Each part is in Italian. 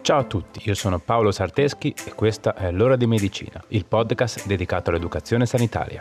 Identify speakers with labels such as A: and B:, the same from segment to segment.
A: Ciao a tutti, io sono Paolo Sarteschi e questa è L'Ora di Medicina, il podcast dedicato all'educazione sanitaria.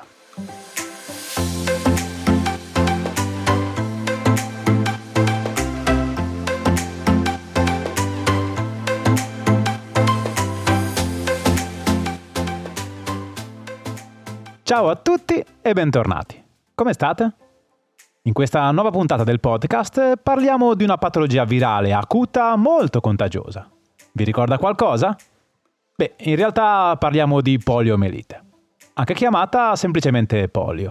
A: Ciao a tutti e bentornati. Come state? In questa nuova puntata del podcast parliamo di una patologia virale acuta molto contagiosa. Vi ricorda qualcosa? Beh, in realtà parliamo di poliomielite, anche chiamata semplicemente polio.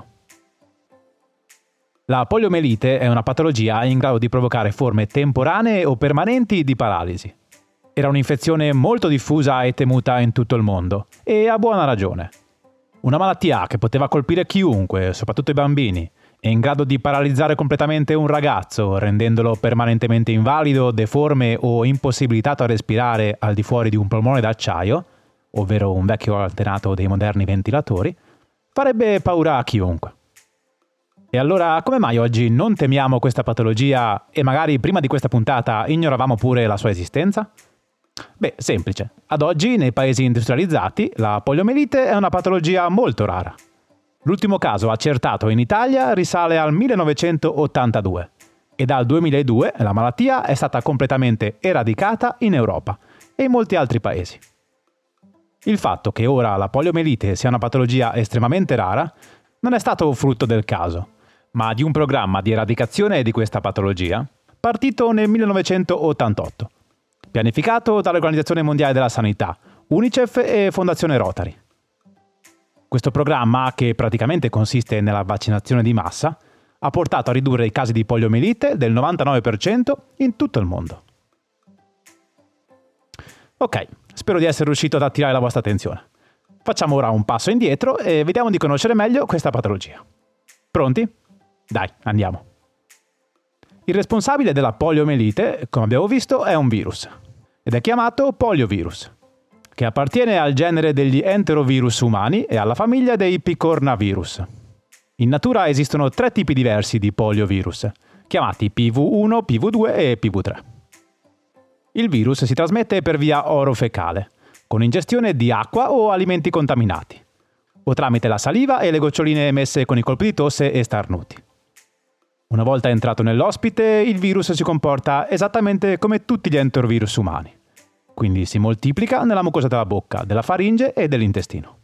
A: La poliomielite è una patologia in grado di provocare forme temporanee o permanenti di paralisi. Era un'infezione molto diffusa e temuta in tutto il mondo, e a buona ragione. Una malattia che poteva colpire chiunque, soprattutto i bambini, è in grado di paralizzare completamente un ragazzo, rendendolo permanentemente invalido, deforme o impossibilitato a respirare al di fuori di un polmone d'acciaio, ovvero un vecchio alternato dei moderni ventilatori, farebbe paura a chiunque. E allora come mai oggi non temiamo questa patologia e magari prima di questa puntata ignoravamo pure la sua esistenza? Beh, semplice. Ad oggi, nei paesi industrializzati, la poliomielite è una patologia molto rara. L'ultimo caso accertato in Italia risale al 1982 e dal 2002 la malattia è stata completamente eradicata in Europa e in molti altri paesi. Il fatto che ora la poliomielite sia una patologia estremamente rara non è stato frutto del caso, ma di un programma di eradicazione di questa patologia partito nel 1988, pianificato dall'Organizzazione Mondiale della Sanità, UNICEF e Fondazione Rotary. Questo programma, che praticamente consiste nella vaccinazione di massa, ha portato a ridurre i casi di poliomielite del 99% in tutto il mondo. Ok, spero di essere riuscito ad attirare la vostra attenzione. Facciamo ora un passo indietro e vediamo di conoscere meglio questa patologia. Pronti? Dai, andiamo. Il responsabile della poliomielite, come abbiamo visto, è un virus, ed è chiamato poliovirus, che appartiene al genere degli enterovirus umani e alla famiglia dei picornavirus. In natura esistono 3 tipi diversi di poliovirus, chiamati PV1, PV2 e PV3. Il virus si trasmette per via orofecale, con ingestione di acqua o alimenti contaminati, o tramite la saliva e le goccioline emesse con i colpi di tosse e starnuti. Una volta entrato nell'ospite, il virus si comporta esattamente come tutti gli enterovirus umani. Quindi si moltiplica nella mucosa della bocca, della faringe e dell'intestino.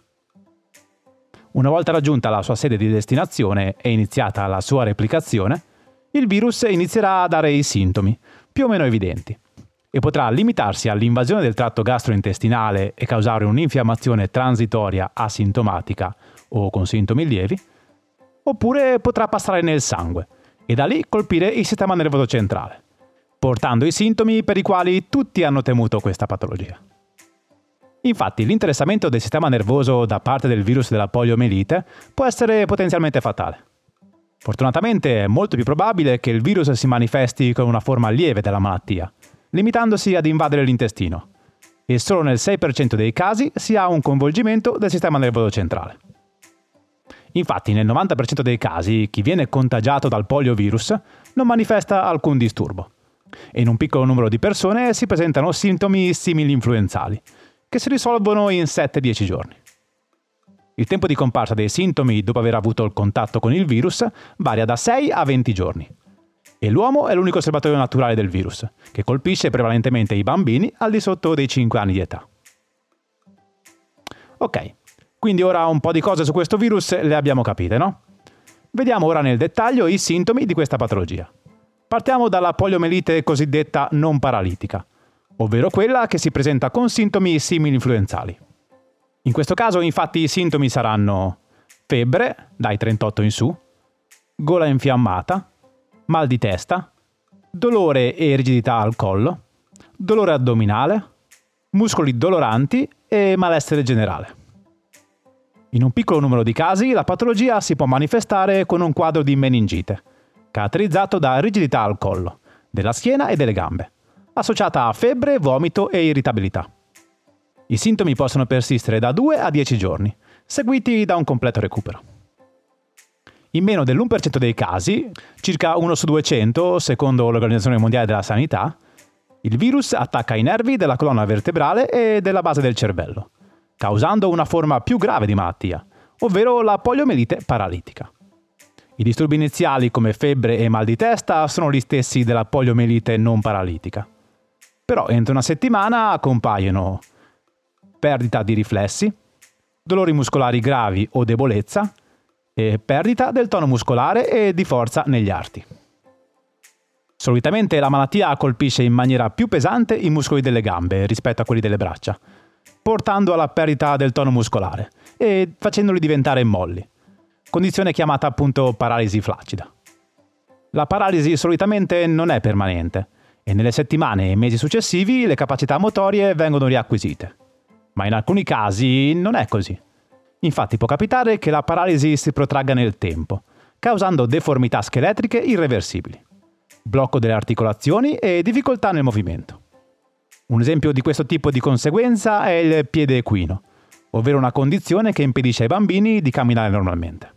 A: Una volta raggiunta la sua sede di destinazione e iniziata la sua replicazione, il virus inizierà a dare i sintomi, più o meno evidenti, e potrà limitarsi all'invasione del tratto gastrointestinale e causare un'infiammazione transitoria asintomatica o con sintomi lievi, oppure potrà passare nel sangue e da lì colpire il sistema nervoso centrale, portando i sintomi per i quali tutti hanno temuto questa patologia. Infatti, l'interessamento del sistema nervoso da parte del virus della poliomielite può essere potenzialmente fatale. Fortunatamente è molto più probabile che il virus si manifesti con una forma lieve della malattia, limitandosi ad invadere l'intestino, e solo nel 6% dei casi si ha un coinvolgimento del sistema nervoso centrale. Infatti, nel 90% dei casi, chi viene contagiato dal poliovirus non manifesta alcun disturbo, e in un piccolo numero di persone si presentano sintomi simili-influenzali, che si risolvono in 7-10 giorni. Il tempo di comparsa dei sintomi dopo aver avuto il contatto con il virus varia da 6 a 20 giorni, e l'uomo è l'unico serbatoio naturale del virus, che colpisce prevalentemente i bambini al di sotto dei 5 anni di età. Ok, quindi ora un po' di cose su questo virus le abbiamo capite, no? Vediamo ora nel dettaglio i sintomi di questa patologia. Partiamo dalla poliomielite cosiddetta non paralitica, ovvero quella che si presenta con sintomi simili-influenzali. In questo caso, infatti, i sintomi saranno febbre, dai 38 in su, gola infiammata, mal di testa, dolore e rigidità al collo, dolore addominale, muscoli doloranti e malessere generale. In un piccolo numero di casi, la patologia si può manifestare con un quadro di meningite, caratterizzato da rigidità al collo, della schiena e delle gambe, associata a febbre, vomito e irritabilità. I sintomi possono persistere da 2 a 10 giorni, seguiti da un completo recupero. In meno dell'1% dei casi, circa 1 su 200, secondo l'Organizzazione Mondiale della Sanità, Il virus attacca i nervi della colonna vertebrale e della base del cervello, causando una forma più grave di malattia, ovvero la poliomielite paralitica. I disturbi iniziali come febbre e mal di testa sono gli stessi della poliomielite non paralitica. Però entro una settimana compaiono perdita di riflessi, dolori muscolari gravi o debolezza e perdita del tono muscolare e di forza negli arti. Solitamente la malattia colpisce in maniera più pesante i muscoli delle gambe rispetto a quelli delle braccia, portando alla perdita del tono muscolare e facendoli diventare molli, condizione chiamata appunto paralisi flaccida. La paralisi solitamente non è permanente e nelle settimane e mesi successivi le capacità motorie vengono riacquisite. Ma in alcuni casi non è così. Infatti può capitare che la paralisi si protragga nel tempo, causando deformità scheletriche irreversibili, blocco delle articolazioni e difficoltà nel movimento. Un esempio di questo tipo di conseguenza è il piede equino, ovvero una condizione che impedisce ai bambini di camminare normalmente.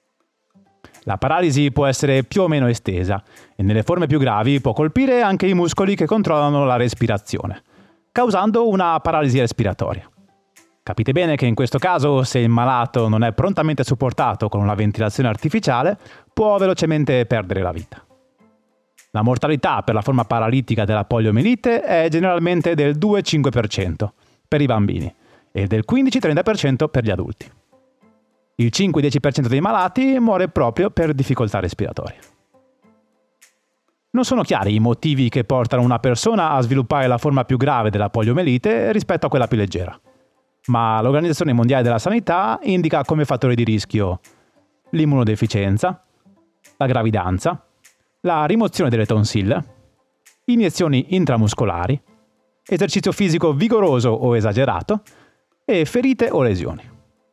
A: La paralisi può essere più o meno estesa e nelle forme più gravi può colpire anche i muscoli che controllano la respirazione, causando una paralisi respiratoria. Capite bene che in questo caso, se il malato non è prontamente supportato con una ventilazione artificiale, può velocemente perdere la vita. La mortalità per la forma paralitica della poliomielite è generalmente del 2-5% per i bambini e del 15-30% per gli adulti. Il 5-10% dei malati muore proprio per difficoltà respiratorie. Non sono chiari i motivi che portano una persona a sviluppare la forma più grave della poliomielite rispetto a quella più leggera, ma l'Organizzazione Mondiale della Sanità indica come fattori di rischio l'immunodeficienza, la gravidanza, la rimozione delle tonsille, iniezioni intramuscolari, esercizio fisico vigoroso o esagerato e ferite o lesioni.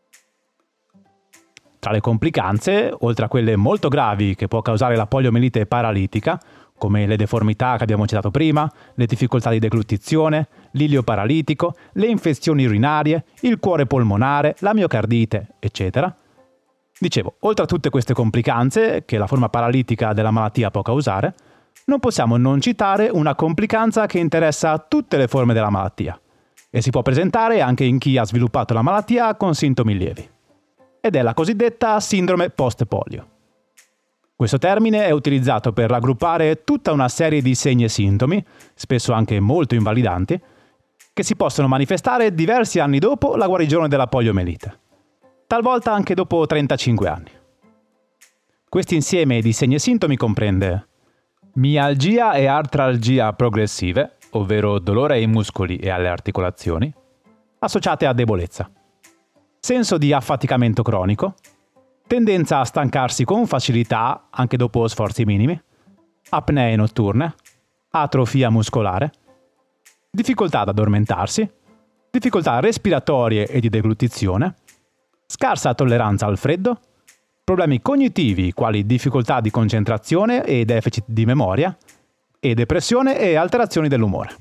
A: Tra le complicanze, oltre a quelle molto gravi che può causare la poliomielite paralitica, come le deformità che abbiamo citato prima, le difficoltà di deglutizione, l'ilio paralitico, le infezioni urinarie, il cuore polmonare, la miocardite, eccetera. Dicevo, oltre a tutte queste complicanze che la forma paralitica della malattia può causare, non possiamo non citare una complicanza che interessa tutte le forme della malattia e si può presentare anche in chi ha sviluppato la malattia con sintomi lievi. Ed è la cosiddetta sindrome post-polio. Questo termine è utilizzato per raggruppare tutta una serie di segni e sintomi, spesso anche molto invalidanti, che si possono manifestare diversi anni dopo la guarigione della poliomielite, talvolta anche dopo 35 anni. Questo insieme di segni e sintomi comprende mialgia e artralgia progressive, ovvero dolore ai muscoli e alle articolazioni, associate a debolezza, senso di affaticamento cronico, tendenza a stancarsi con facilità anche dopo sforzi minimi, apnee notturne, atrofia muscolare, difficoltà ad addormentarsi, difficoltà respiratorie e di deglutizione, scarsa tolleranza al freddo, problemi cognitivi quali difficoltà di concentrazione e deficit di memoria, e depressione e alterazioni dell'umore.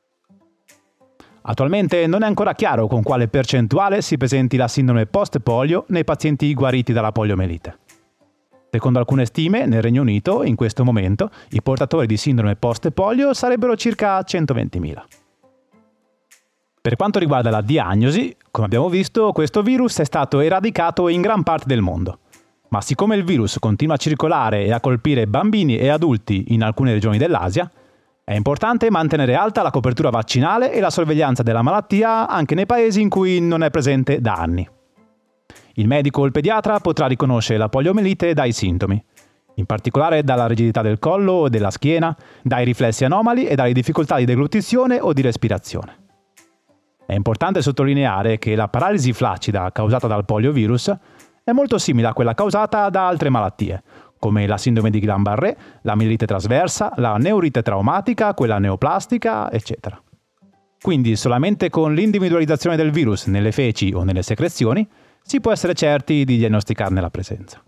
A: Attualmente non è ancora chiaro con quale percentuale si presenti la sindrome post-polio nei pazienti guariti dalla poliomielite. Secondo alcune stime, nel Regno Unito, in questo momento, i portatori di sindrome post-polio sarebbero circa 120.000. Per quanto riguarda la diagnosi, come abbiamo visto, questo virus è stato eradicato in gran parte del mondo. Ma siccome il virus continua a circolare e a colpire bambini e adulti in alcune regioni dell'Asia, è importante mantenere alta la copertura vaccinale e la sorveglianza della malattia anche nei paesi in cui non è presente da anni. Il medico o il pediatra potrà riconoscere la poliomielite dai sintomi, in particolare dalla rigidità del collo o della schiena, dai riflessi anomali e dalle difficoltà di deglutizione o di respirazione. È importante sottolineare che la paralisi flaccida causata dal poliovirus è molto simile a quella causata da altre malattie, come la sindrome di Guillain-Barré, la mielite trasversa, la neurite traumatica, quella neoplastica, eccetera. Quindi solamente con l'individualizzazione del virus nelle feci o nelle secrezioni si può essere certi di diagnosticarne la presenza.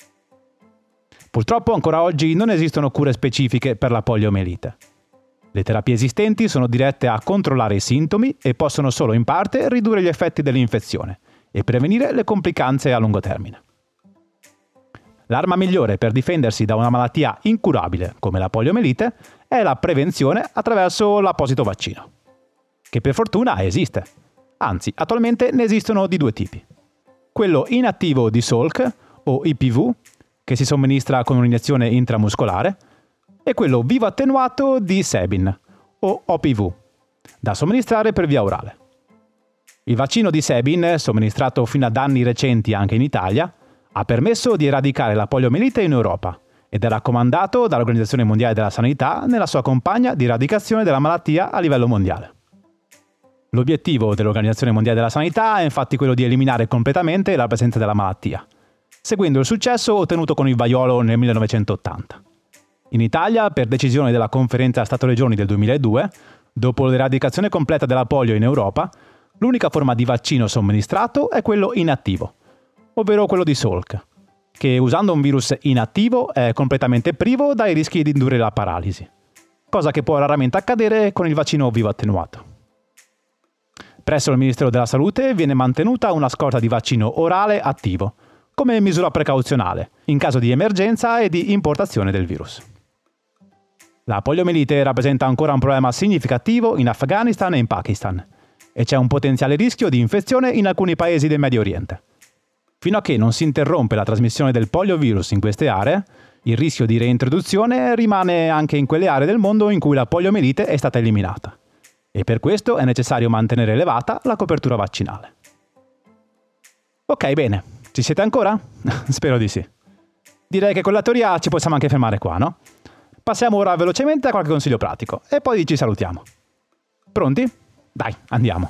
A: Purtroppo ancora oggi non esistono cure specifiche per la poliomielite. Le terapie esistenti sono dirette a controllare i sintomi e possono solo in parte ridurre gli effetti dell'infezione e prevenire le complicanze a lungo termine. L'arma migliore per difendersi da una malattia incurabile come la poliomielite è è la prevenzione attraverso l'apposito vaccino, che per fortuna esiste. Anzi, attualmente ne esistono di due tipi. Quello inattivo di Salk, o IPV, che si somministra con un'iniezione intramuscolare, e quello vivo attenuato di Sabin, o OPV, da somministrare per via orale. Il vaccino di Sabin, somministrato fino ad anni recenti anche in Italia, ha permesso di eradicare la poliomielite in Europa ed è raccomandato dall'Organizzazione Mondiale della Sanità nella sua campagna di eradicazione della malattia a livello mondiale. L'obiettivo dell'Organizzazione Mondiale della Sanità è infatti quello di eliminare completamente la presenza della malattia, seguendo il successo ottenuto con il vaiolo nel 1980. In Italia, per decisione della Conferenza Stato-Regioni del 2002, dopo l'eradicazione completa della polio in Europa, l'unica forma di vaccino somministrato è quello inattivo, ovvero quello di Salk, che usando un virus inattivo è completamente privo dai rischi di indurre la paralisi, cosa che può raramente accadere con il vaccino vivo attenuato. Presso il Ministero della Salute viene mantenuta una scorta di vaccino orale attivo, come misura precauzionale, in caso di emergenza e di importazione del virus. La poliomielite rappresenta ancora un problema significativo in Afghanistan e in Pakistan, e c'è un potenziale rischio di infezione in alcuni paesi del Medio Oriente. Fino a che non si interrompe la trasmissione del poliovirus in queste aree, il rischio di reintroduzione rimane anche in quelle aree del mondo in cui la poliomielite è stata eliminata. E per questo è necessario mantenere elevata la copertura vaccinale. Ok, bene. Ci siete ancora? Spero di sì. Direi che con la teoria ci possiamo anche fermare qua, no? Passiamo ora velocemente a qualche consiglio pratico e poi ci salutiamo. Pronti? Dai, andiamo.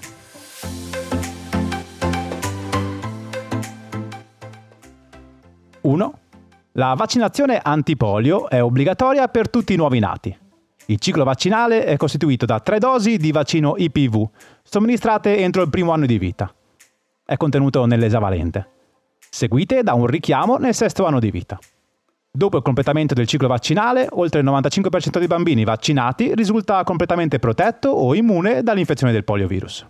A: 1. La vaccinazione antipolio è obbligatoria per tutti i nuovi nati. Il ciclo vaccinale è costituito da 3 dosi di vaccino IPV, somministrate entro il primo anno di vita. È contenuto nell'esavalente, seguite da un richiamo nel 6° anno di vita. Dopo il completamento del ciclo vaccinale, oltre il 95% dei bambini vaccinati risulta completamente protetto o immune dall'infezione del poliovirus.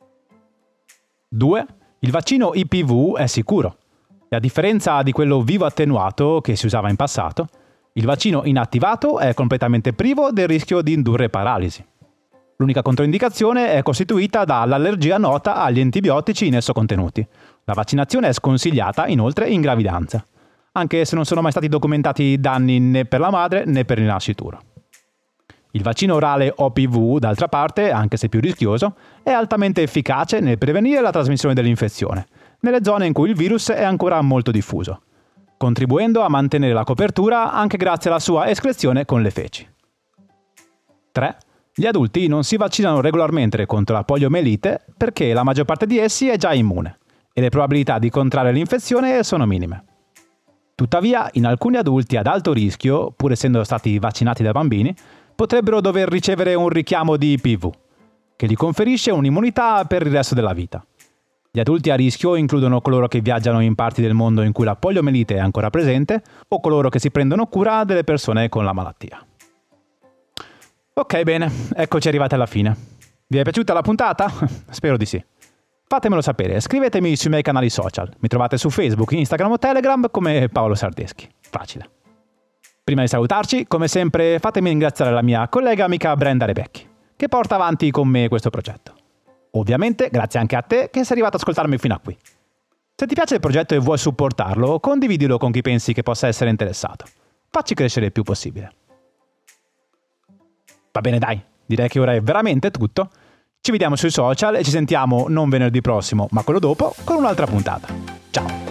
A: 2. Il vaccino IPV è sicuro e a differenza di quello vivo attenuato che si usava in passato, il vaccino inattivato è completamente privo del rischio di indurre paralisi. L'unica controindicazione è costituita dall'allergia nota agli antibiotici in esso contenuti. La vaccinazione è sconsigliata inoltre in gravidanza, anche se non sono mai stati documentati danni né per la madre né per il nascituro. Il vaccino orale OPV, d'altra parte, anche se più rischioso, è altamente efficace nel prevenire la trasmissione dell'infezione, nelle zone in cui il virus è ancora molto diffuso, contribuendo a mantenere la copertura anche grazie alla sua escrezione con le feci. 3. Gli adulti non si vaccinano regolarmente contro la poliomielite perché la maggior parte di essi è già immune e le probabilità di contrarre l'infezione sono minime. Tuttavia, in alcuni adulti ad alto rischio, pur essendo stati vaccinati da bambini, potrebbero dover ricevere un richiamo di IPV, che gli conferisce un'immunità per il resto della vita. Gli adulti a rischio includono coloro che viaggiano in parti del mondo in cui la poliomielite è ancora presente o coloro che si prendono cura delle persone con la malattia. Ok, bene, eccoci arrivati alla fine. Vi è piaciuta la puntata? Spero di sì. Fatemelo sapere, scrivetemi sui miei canali social. Mi trovate su Facebook, Instagram o Telegram come Paolo Sardeschi. Facile. Prima di salutarci, come sempre, fatemi ringraziare la mia collega amica Brenda Rebecchi, che porta avanti con me questo progetto. Ovviamente, grazie anche a te che sei arrivato ad ascoltarmi fino a qui. Se ti piace il progetto e vuoi supportarlo, condividilo con chi pensi che possa essere interessato. Facci crescere il più possibile. Va bene, dai, direi che ora è veramente tutto. Ci vediamo sui social e ci sentiamo non venerdì prossimo, ma quello dopo, con un'altra puntata. Ciao!